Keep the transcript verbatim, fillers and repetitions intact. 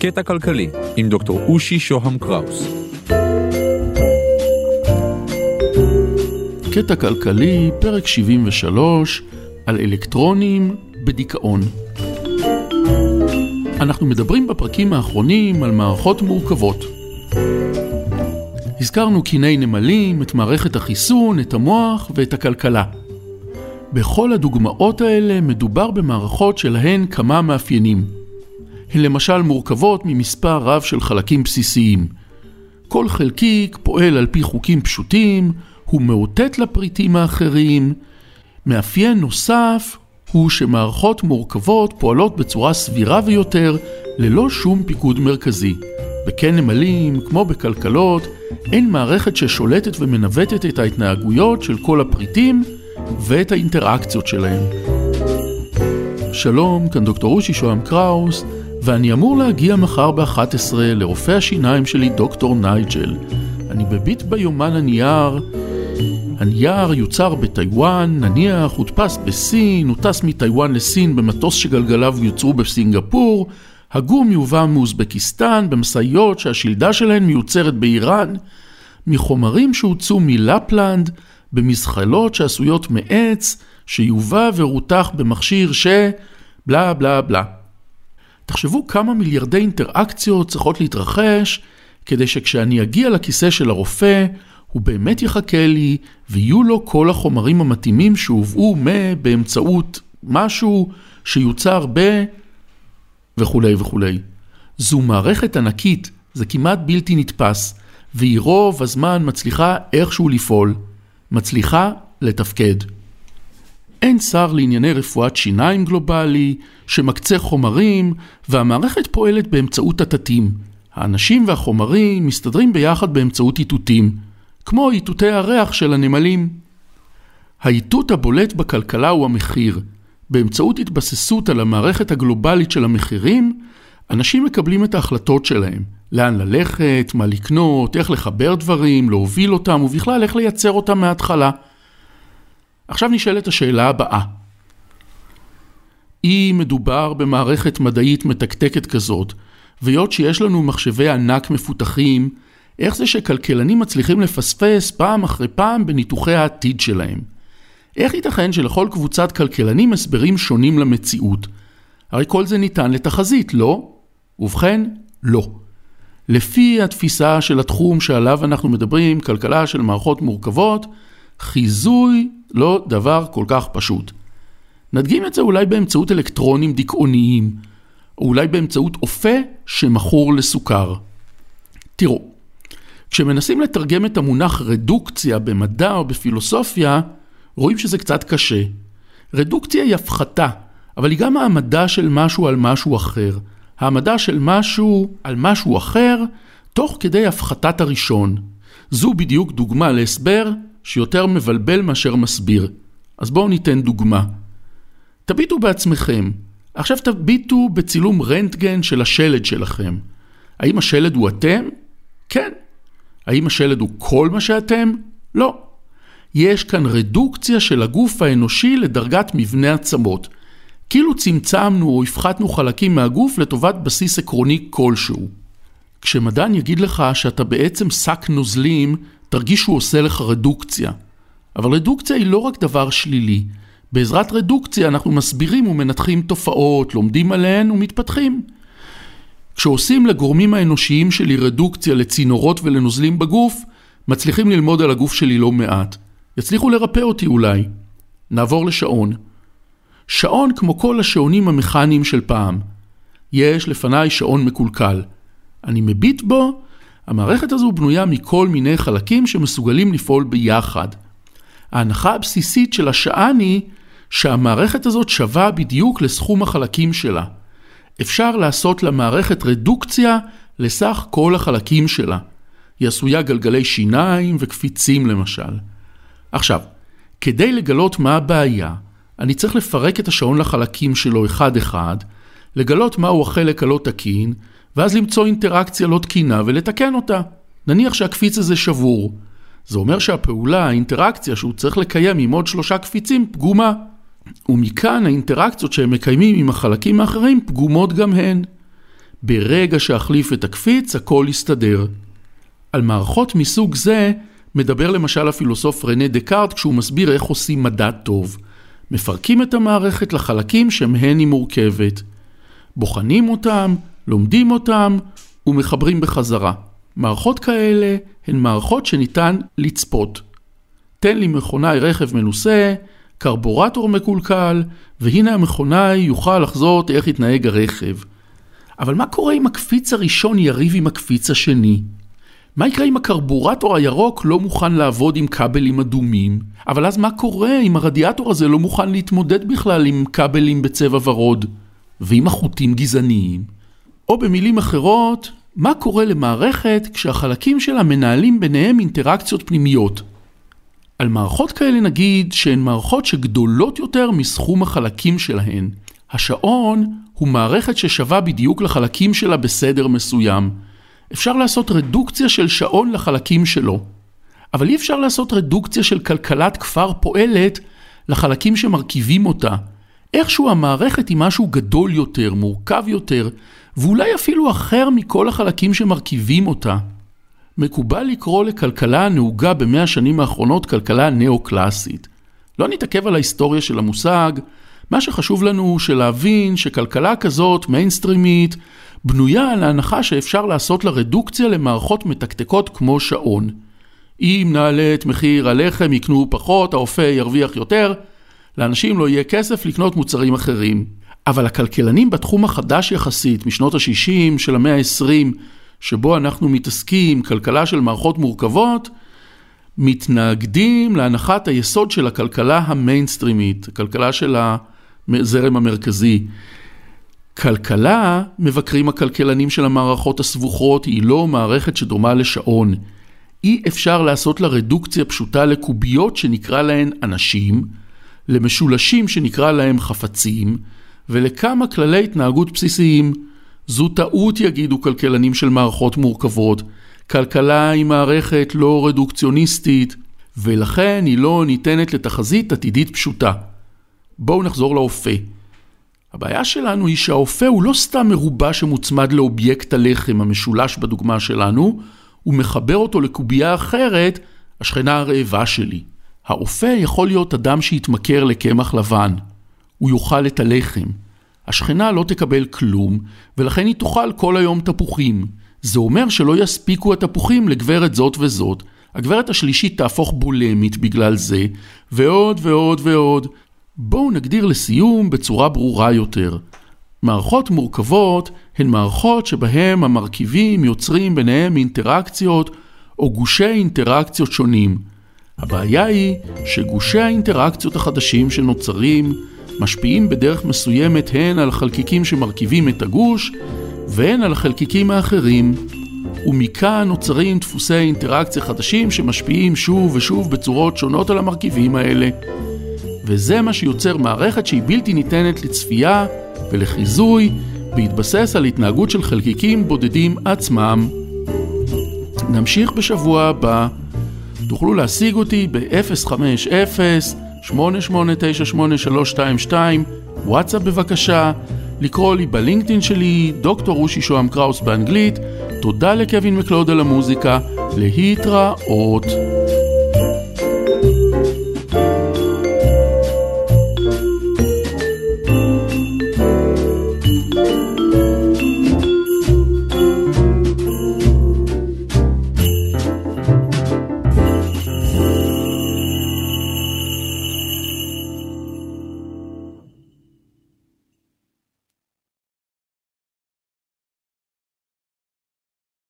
קטע כלכלי עם דוקטור אושי שוהם קראוס. קטע כלכלי, פרק שבעים ושלוש, על אלקטרונים בדיכאון. אנחנו מדברים בפרקים האחרונים על מערכות מורכבות. הזכרנו קיני נמלים, את מערכת החיסון, את המוח ואת הכלכלה. בכל הדוגמאות האלה מדובר במערכות שלהן כמה מאפיינים. הן למשל מורכבות ממספר רב של חלקים בסיסיים. כל חלקיק פועל על פי חוקים פשוטים, הוא מאותת לפריטים האחרים. מאפיין נוסף הוא שמערכות מורכבות פועלות בצורה סבירה ויותר ללא שום פיקוד מרכזי. בכן נמלים, כמו בכלכלות, אין מערכת ששולטת ומנווטת את ההתנהגויות של כל הפריטים ואת האינטראקציות שלהם. שלום, כאן דוקטור אושי שוהם קראוס, ואני אמור להגיע מחר ב-אחת עשרה לרופא השיניים שלי דוקטור נייג'ל. אני בביט ביומן הנייר. הנייר יוצר בטיואן, נניח, הודפס בסין, הוא טס מטיואן לסין במטוס שגלגליו יוצרו בסינגפור, הגום יובא מאוזבקיסטן במסעיות שהשלדה שלהן מיוצרת באיראן, מחומרים שהוצאו מלפלנד, במזחלות שעשויות מעץ, שיובא ורותח במכשיר ש... בלה בלה בלה. תחשבו כמה מיליארדי אינטראקציות צריכות להתרחש, כדי שכשאני אגיע לכיסא של הרופא, הוא באמת יחכה לי, ויהיו לו כל החומרים המתאימים שהובאו באמצעות משהו שיוצר ב... וכו' וכו'. זו מערכת ענקית, זה כמעט בלתי נתפס, והיא רוב הזמן מצליחה איכשהו לפעול, מצליחה לתפקד. אין שר לענייני רפואת שיניים גלובלי, שמקצה חומרים, והמערכת פועלת באמצעות התתים. האנשים והחומרים מסתדרים ביחד באמצעות איתותים, כמו איתותי הריח של הנמלים. האיתות הבולט בכלכלה הוא המחיר. באמצעות התבססות על המערכת הגלובלית של המחירים, אנשים מקבלים את ההחלטות שלהם. לאן ללכת, מה לקנות, איך לחבר דברים, להוביל אותם, ובכלל איך לייצר אותם מההתחלה. עכשיו נשאלת השאלה הבאה. אם מדובר במערכת מדעית מתקתקת כזאת, והיות שיש לנו מחשבי ענק מפותחים, איך זה שכלכלנים מצליחים לפספס פעם אחרי פעם בניתוחי העתיד שלהם? איך ייתכן שלכל קבוצת כלכלנים הסברים שונים למציאות? הרי כל זה ניתן לתחזית, לא? ובכן, לא. לפי התפיסה של התחום שעליו אנחנו מדברים, כלכלה של מערכות מורכבות, חיזוי לא דבר כל כך פשוט. נדגים את זה אולי באמצעות אלקטרונים דיכאוניים, או אולי באמצעות אופה שמכור לסוכר. תראו, כשמנסים לתרגם את המונח רדוקציה במדע או בפילוסופיה, רואים שזה קצת קשה. רדוקציה היא הפחתה, אבל היא גם העמדה של משהו על משהו אחר. העמדה של משהו על משהו אחר, תוך כדי הפחתת הראשון. זו בדיוק דוגמה להסבר שיותר מבלבל מאשר מסביר. אז בואו ניתן דוגמה. תביטו בעצמכם. עכשיו תביטו בצילום רנטגן של השלד שלכם. האם השלד הוא אתם? כן. האם השלד הוא כל מה שאתם? לא. יש כאן רדוקציה של הגוף האנושי לדרגת מבנה עצמות. כאילו צמצמנו או הפחתנו חלקים מהגוף לטובת בסיס עקרוני כלשהו. כשמדען יגיד לך שאתה בעצם שק נוזלים, תרגיש שהוא עושה לך רדוקציה. אבל רדוקציה היא לא רק דבר שלילי. בעזרת רדוקציה אנחנו מסבירים ומנתחים תופעות, לומדים עליהן ומתפתחים. כשעושים לגורמים האנושיים שלי רדוקציה לצינורות ולנוזלים בגוף, מצליחים ללמוד על הגוף שלי לא מעט. יצליחו לרפא אותי אולי. נעבור לשעון. שעון כמו כל השעונים המכניים של פעם. יש לפניי שעון מקולקל. אני מביט בו, המערכת הזו בנויה מכל מיני חלקים שמסוגלים לפעול ביחד. ההנחה הבסיסית של השען היא שהמערכת הזאת שווה בדיוק לסכום החלקים שלה. אפשר לעשות למערכת רדוקציה לסך כל החלקים שלה. היא עשויה גלגלי שיניים וקפיצים למשל. עכשיו, כדי לגלות מה הבעיה, אני צריך לפרק את השעון לחלקים שלו אחד אחד, לגלות מהו החלק הלא תקין, ואז למצוא אינטראקציה לא תקינה ולתקן אותה. נניח שהקפיץ הזה שבור. זה אומר שהפעולה, האינטראקציה שהוא צריך לקיים עם עוד שלושה קפיצים פגומה. ומכאן האינטראקציות שהם מקיימים עם החלקים האחרים פגומות גם הן. ברגע שאחליף את הקפיץ, הכל יסתדר. על מערכות מסוג זה מדבר למשל הפילוסוף רנה דקארט כשהוא מסביר איך עושים מדע טוב. מפרקים את המערכת לחלקים שמהן היא מורכבת. בוחנים אותם, לומדים אותם ומחברים בחזרה. מערכות כאלה הן מערכות שניתן לצפות. תן לי מכונאי רכב מנוסה, קרבורטור מקולקל, והנה המכונאי יוכל לחזות איך יתנהג הרכב. אבל מה קורה אם הקפיץ הראשון יריב עם הקפיץ השני? מה יקרה אם הקרבורטור הירוק לא מוכן לעבוד עם כבלים אדומים? אבל אז מה קורה אם הרדיאטור הזה לא מוכן להתמודד בכלל עם כבלים בצבע ורוד? ועם החוטים גזעניים? או במילים אחרות, מה קורה למערכת כשהחלקים שלה מנהלים ביניהם אינטראקציות פנימיות? על מערכות כאלה נגיד שהן מערכות שגדולות יותר מסכום החלקים שלהן. השעון הוא מערכת ששווה בדיוק לחלקים שלה בסדר מסוים. אפשר לעשות רדוקציה של שעון לחלקים שלו. אבל אי אפשר לעשות רדוקציה של כלכלת כפר פועלת לחלקים שמרכיבים אותה. איכשהו המערכת היא משהו גדול יותר, מורכב יותר, ואולי אפילו אחר מכל החלקים שמרכיבים אותה. מקובל לקרוא לכלכלה הנהוגה במאה השנים האחרונות כלכלה נאו-קלאסית. לא נתעכב על ההיסטוריה של המושג, מה שחשוב לנו הוא שלהבין שכלכלה כזאת, מיינסטרימית, בנויה על ההנחה שאפשר לעשות לה רדוקציה למערכות מתקתקות כמו שעון. אם נעלה את מחיר הלחם יקנו פחות, האופה ירוויח יותר, לאנשים לא יהיה כסף לקנות מוצרים אחרים. אבל הכלכלנים בתחום החדש יחסית, משנות ה-שישים של המאה ה-עשרים, שבו אנחנו מתעסקים, כלכלה של מערכות מורכבות, מתנגדים להנחת היסוד של הכלכלה המיינסטרימית, הכלכלה של הזרם המרכזי. כלכלה, מבקרים הכלכלנים של המערכות הסבוכות, היא לא מערכת שדומה לשעון. אי אפשר לעשות לה רדוקציה פשוטה לקוביות שנקרא להן אנשים, למשולשים שנקרא להם חפצים, ולכמה כללי התנהגות בסיסיים. זו טעות יגידו כלכלנים של מערכות מורכבות. כלכלה היא מערכת לא רדוקציוניסטית, ולכן היא לא ניתנת לתחזית עתידית פשוטה. בואו נחזור לאופה. הבעיה שלנו היא שהאופה הוא לא סתם מרובע שמוצמד לאובייקט הלחם המשולש בדוגמה שלנו, הוא מחבר אותו לקובייה אחרת, השכנה הרעבה שלי. האופה יכול להיות אדם שיתמכר לקמח לבן. הוא יאכל את הלחם. השכנה לא תקבל כלום, ולכן היא תאכל כל היום תפוחים. זה אומר שלא יספיקו התפוחים לגברת זאת וזאת. הגברת השלישית תהפוך בולמית בגלל זה, ועוד ועוד ועוד. בואו נגדיר לסיום בצורה ברורה יותר. מערכות מורכבות הן מערכות שבהן המרכיבים יוצרים ביניהם אינטראקציות או גושי אינטראקציות שונים. הבעיה היא שגושי האינטראקציות החדשים שנוצרים משפיעים בדרך מסוימת הן על החלקיקים שמרכיבים את הגוש והן על החלקיקים האחרים. ומכאן נוצרים דפוסי אינטראקציה חדשים שמשפיעים שוב ושוב בצורות שונות על המרכיבים האלה. וזה מה שיוצר מערכת שהיא בלתי ניתנת לצפייה ולחיזוי, בהתבסס על התנהגות של חלקיקים בודדים עצמם. נמשיך בשבוע הבא. תוכלו להשיג אותי ב-אפס חמש אפס שמונה שמונה תשע שמונה שלוש שתיים שתיים, וואטסאפ בבקשה, לקרוא לי בלינקדאין שלי, דוקטור אושי שוהם קראוס באנגלית. תודה לקווין מקלוד על המוזיקה, להתראות.